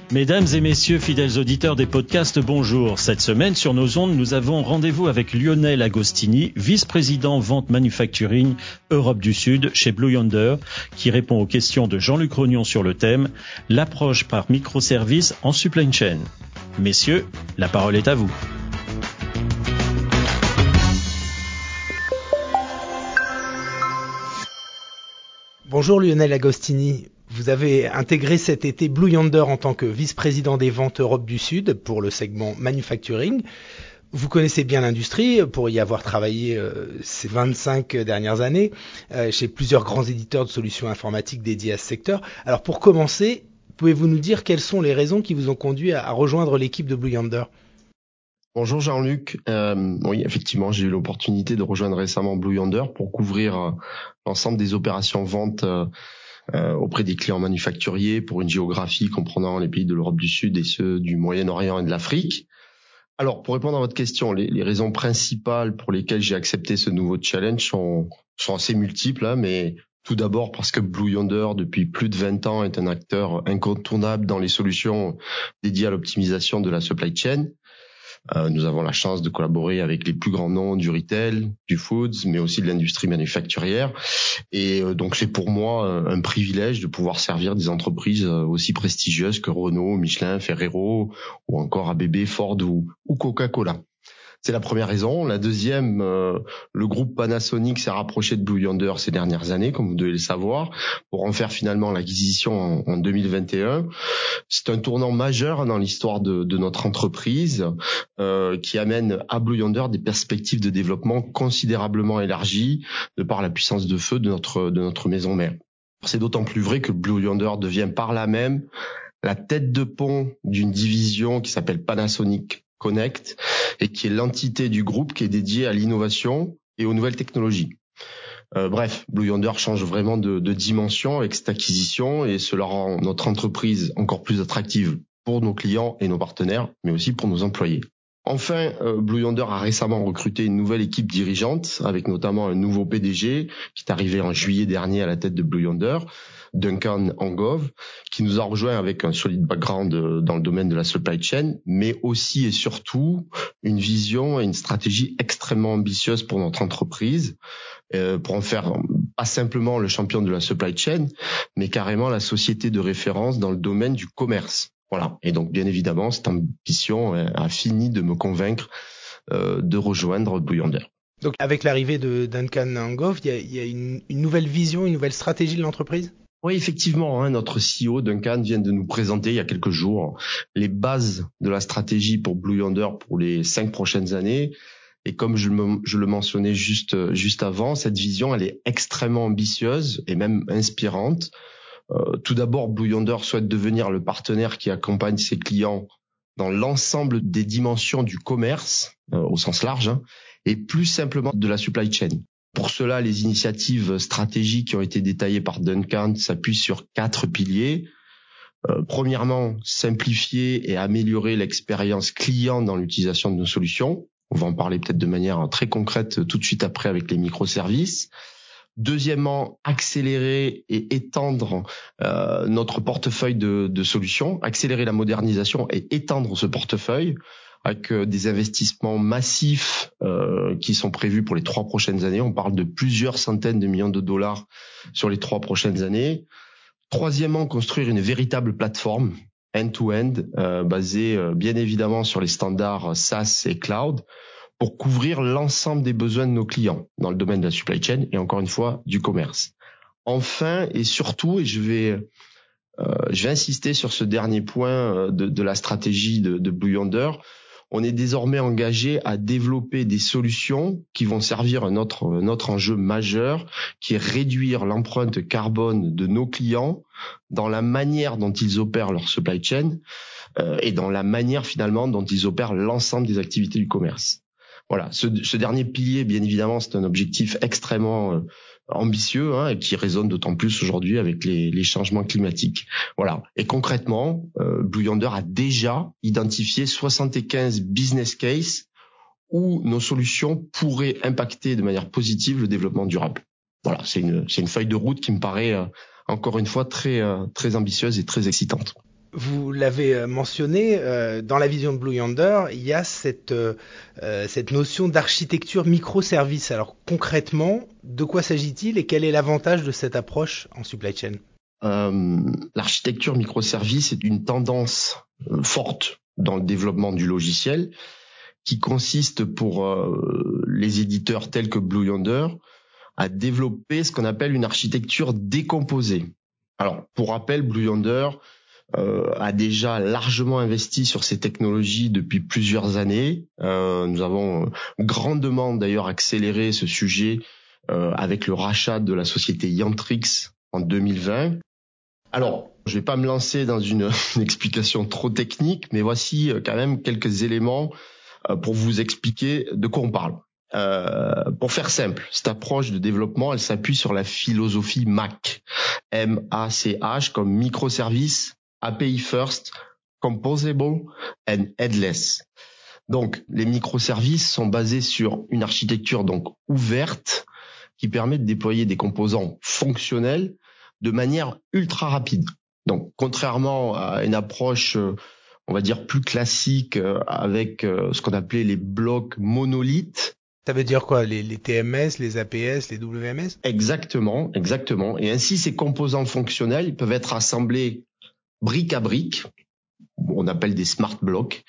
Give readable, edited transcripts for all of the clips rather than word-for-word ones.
Mesdames et messieurs, fidèles auditeurs des podcasts, bonjour. Cette semaine, sur nos ondes, nous avons rendez-vous avec Lionel Agostini, vice-président vente manufacturing Europe du Sud chez Blue Yonder, qui répond aux questions de Jean-Luc Rognon sur le thème « L'approche par microservices en supply chain ». Messieurs, la parole est à vous. Bonjour Lionel Agostini. Vous avez intégré cet été Blue Yonder en tant que vice-président des ventes Europe du Sud pour le segment manufacturing. Vous connaissez bien l'industrie pour y avoir travaillé ces 25 dernières années chez plusieurs grands éditeurs de solutions informatiques dédiés à ce secteur. Alors pour commencer, pouvez-vous nous dire quelles sont les raisons qui vous ont conduit à rejoindre l'équipe de Blue Yonder ? Bonjour Jean-Luc. Oui, effectivement, j'ai eu l'opportunité de rejoindre récemment Blue Yonder pour couvrir l'ensemble des opérations vente auprès des clients manufacturiers pour une géographie comprenant les pays de l'Europe du Sud et ceux du Moyen-Orient et de l'Afrique. Alors, pour répondre à votre question, les raisons principales pour lesquelles j'ai accepté ce nouveau challenge sont assez multiples, mais tout d'abord parce que Blue Yonder, depuis plus de 20 ans, est un acteur incontournable dans les solutions dédiées à l'optimisation de la supply chain. Nous avons la chance de collaborer avec les plus grands noms du retail, du foods, mais aussi de l'industrie manufacturière. Et donc c'est pour moi un privilège de pouvoir servir des entreprises aussi prestigieuses que Renault, Michelin, Ferrero, ou encore ABB, Ford ou Coca-Cola. C'est la première raison. La deuxième, le groupe Panasonic s'est rapproché de Blue Yonder ces dernières années, comme vous devez le savoir, pour en faire finalement l'acquisition en 2021. C'est un tournant majeur dans l'histoire de notre entreprise qui amène à Blue Yonder des perspectives de développement considérablement élargies de par la puissance de feu de notre maison mère. C'est d'autant plus vrai que Blue Yonder devient par là même la tête de pont d'une division qui s'appelle Panasonic Connect et qui est l'entité du groupe qui est dédiée à l'innovation et aux nouvelles technologies. Bref, Blue Yonder change vraiment de dimension avec cette acquisition et cela rend notre entreprise encore plus attractive pour nos clients et nos partenaires, mais aussi pour nos employés. Enfin, Blue Yonder a récemment recruté une nouvelle équipe dirigeante avec notamment un nouveau PDG qui est arrivé en juillet dernier à la tête de Blue Yonder, Duncan Angove, qui nous a rejoint avec un solide background dans le domaine de la supply chain, mais aussi et surtout une vision et une stratégie extrêmement ambitieuse pour notre entreprise, pour en faire pas simplement le champion de la supply chain, mais carrément la société de référence dans le domaine du commerce. Voilà. Et donc, bien évidemment, cette ambition a fini de me convaincre de rejoindre Blue Yonder. Donc, avec l'arrivée de Duncan Angove, il y a une nouvelle vision, une nouvelle stratégie de l'entreprise ? Oui, effectivement, notre CEO Duncan vient de nous présenter il y a quelques jours les bases de la stratégie pour Blue Yonder pour les 5 prochaines années. Et comme je le mentionnais juste avant, cette vision, elle est extrêmement ambitieuse et même inspirante. Tout d'abord, Blue Yonder souhaite devenir le partenaire qui accompagne ses clients dans l'ensemble des dimensions du commerce, au sens large, et plus simplement de la supply chain. Pour cela, les initiatives stratégiques qui ont été détaillées par Duncan s'appuient sur 4 piliers. Premièrement, simplifier et améliorer l'expérience client dans l'utilisation de nos solutions. On va en parler peut-être de manière très concrète tout de suite après avec les microservices. Deuxièmement, accélérer et étendre notre portefeuille de solutions, accélérer la modernisation et étendre ce portefeuille avec des investissements massifs qui sont prévus pour les 3 prochaines années. On parle de plusieurs centaines de millions de dollars sur les 3 prochaines années. Troisièmement, construire une véritable plateforme end-to-end basée bien évidemment sur les standards SaaS et cloud, pour couvrir l'ensemble des besoins de nos clients dans le domaine de la supply chain et encore une fois du commerce. Enfin et surtout, et je vais insister sur ce dernier point de la stratégie de Blue Yonder, on est désormais engagé à développer des solutions qui vont servir notre enjeu majeur, qui est réduire l'empreinte carbone de nos clients dans la manière dont ils opèrent leur supply chain et dans la manière finalement dont ils opèrent l'ensemble des activités du commerce. Voilà, ce dernier pilier, bien évidemment, c'est un objectif extrêmement ambitieux et qui résonne d'autant plus aujourd'hui avec les changements climatiques. Voilà. Et concrètement, Blue Yonder a déjà identifié 75 business cases où nos solutions pourraient impacter de manière positive le développement durable. Voilà, c'est une feuille de route qui me paraît encore une fois très ambitieuse et très excitante. Vous l'avez mentionné, dans la vision de Blue Yonder, il y a cette notion d'architecture microservice. Alors concrètement, de quoi s'agit-il et quel est l'avantage de cette approche en supply chain ? L'architecture microservice est une tendance forte dans le développement du logiciel qui consiste pour les éditeurs tels que Blue Yonder à développer ce qu'on appelle une architecture décomposée. Alors, pour rappel, Blue Yonder a déjà largement investi sur ces technologies depuis plusieurs années. Nous avons grandement d'ailleurs accéléré ce sujet avec le rachat de la société Yantrix en 2020. Alors, je vais pas me lancer dans une explication trop technique, mais voici quand même quelques éléments pour vous expliquer de quoi on parle. Pour faire simple, cette approche de développement, elle s'appuie sur la philosophie MACH, M-A-C-H, comme microservice, API First, Composable and Headless. Donc, les microservices sont basés sur une architecture donc ouverte qui permet de déployer des composants fonctionnels de manière ultra rapide. Donc, contrairement à une approche, on va dire, plus classique avec ce qu'on appelait les blocs monolithes. Ça veut dire quoi, les TMS, les APS, les WMS ? Exactement. Et ainsi, ces composants fonctionnels, ils peuvent être assemblés brique à brique, on appelle des smart blocks,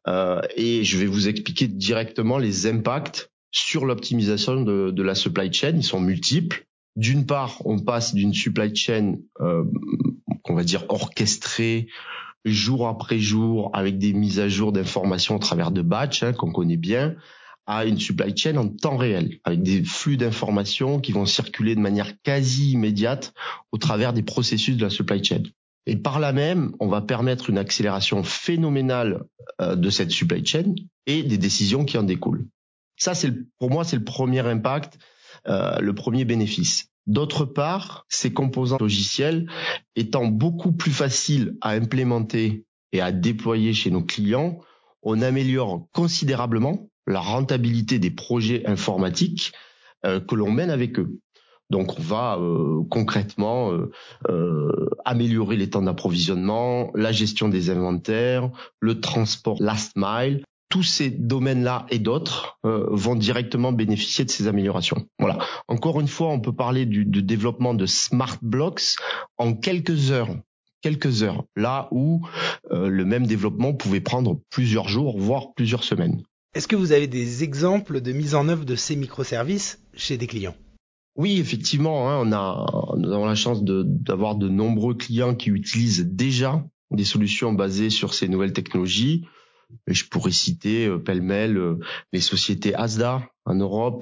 et je vais vous expliquer directement les impacts sur l'optimisation de la supply chain. Ils sont multiples. D'une part, on passe d'une supply chain qu'on va dire orchestrée jour après jour avec des mises à jour d'informations au travers de batch qu'on connaît bien, à une supply chain en temps réel avec des flux d'informations qui vont circuler de manière quasi immédiate au travers des processus de la supply chain. Et par là même, on va permettre une accélération phénoménale de cette supply chain et des décisions qui en découlent. Ça, pour moi, c'est le premier impact, le premier bénéfice. D'autre part, ces composants logiciels étant beaucoup plus faciles à implémenter et à déployer chez nos clients, on améliore considérablement la rentabilité des projets informatiques que l'on mène avec eux. Donc, on va concrètement améliorer les temps d'approvisionnement, la gestion des inventaires, le transport last mile. Tous ces domaines-là et d'autres vont directement bénéficier de ces améliorations. Voilà. Encore une fois, on peut parler du développement de smart blocks en quelques heures. Là où le même développement pouvait prendre plusieurs jours, voire plusieurs semaines. Est-ce que vous avez des exemples de mise en œuvre de ces microservices chez des clients ? Oui, effectivement, nous avons la chance d'avoir de nombreux clients qui utilisent déjà des solutions basées sur ces nouvelles technologies. Et je pourrais citer pêle-mêle les sociétés Asda en Europe,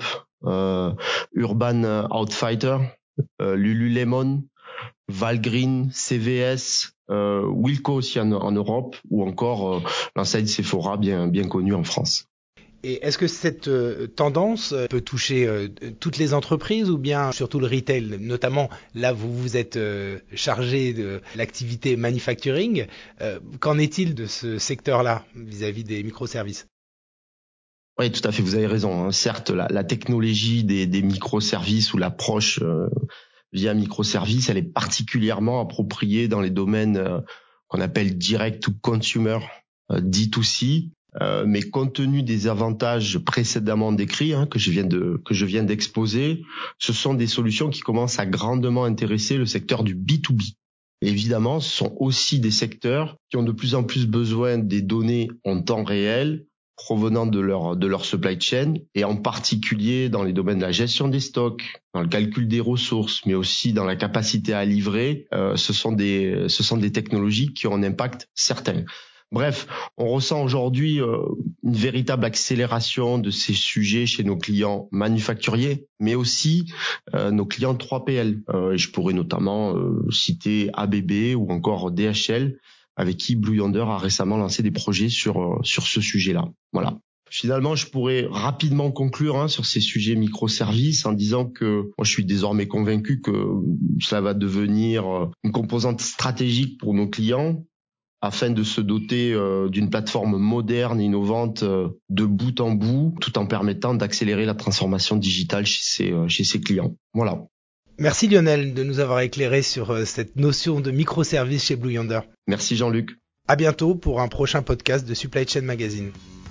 Urban Outfitter, Lululemon, Valgreen, CVS, Wilko aussi en Europe, ou encore l'enseigne Sephora bien connue en France. Et est-ce que cette tendance peut toucher toutes les entreprises ou bien surtout le retail ? Notamment, là, vous êtes chargé de l'activité manufacturing. Qu'en est-il de ce secteur-là vis-à-vis des microservices ? Oui, tout à fait, vous avez raison. Certes, la technologie des microservices ou l'approche via microservices, elle est particulièrement appropriée dans les domaines qu'on appelle direct to consumer, D2C. Mais compte tenu des avantages précédemment décrits que je viens d'exposer, ce sont des solutions qui commencent à grandement intéresser le secteur du B2B. Et évidemment, ce sont aussi des secteurs qui ont de plus en plus besoin des données en temps réel provenant de leur supply chain, et en particulier dans les domaines de la gestion des stocks, dans le calcul des ressources, mais aussi dans la capacité à livrer. Ce sont des technologies qui ont un impact certain. Bref, on ressent aujourd'hui une véritable accélération de ces sujets chez nos clients manufacturiers, mais aussi nos clients 3PL. Je pourrais notamment citer ABB ou encore DHL, avec qui Blue Yonder a récemment lancé des projets sur ce sujet-là. Voilà. Finalement, je pourrais rapidement conclure sur ces sujets microservices en disant que moi, je suis désormais convaincu que cela va devenir une composante stratégique pour nos clients, afin de se doter d'une plateforme moderne, innovante, de bout en bout, tout en permettant d'accélérer la transformation digitale chez ses clients. Voilà. Merci Lionel de nous avoir éclairé sur cette notion de microservice chez Blue Yonder. Merci Jean-Luc. À bientôt pour un prochain podcast de Supply Chain Magazine.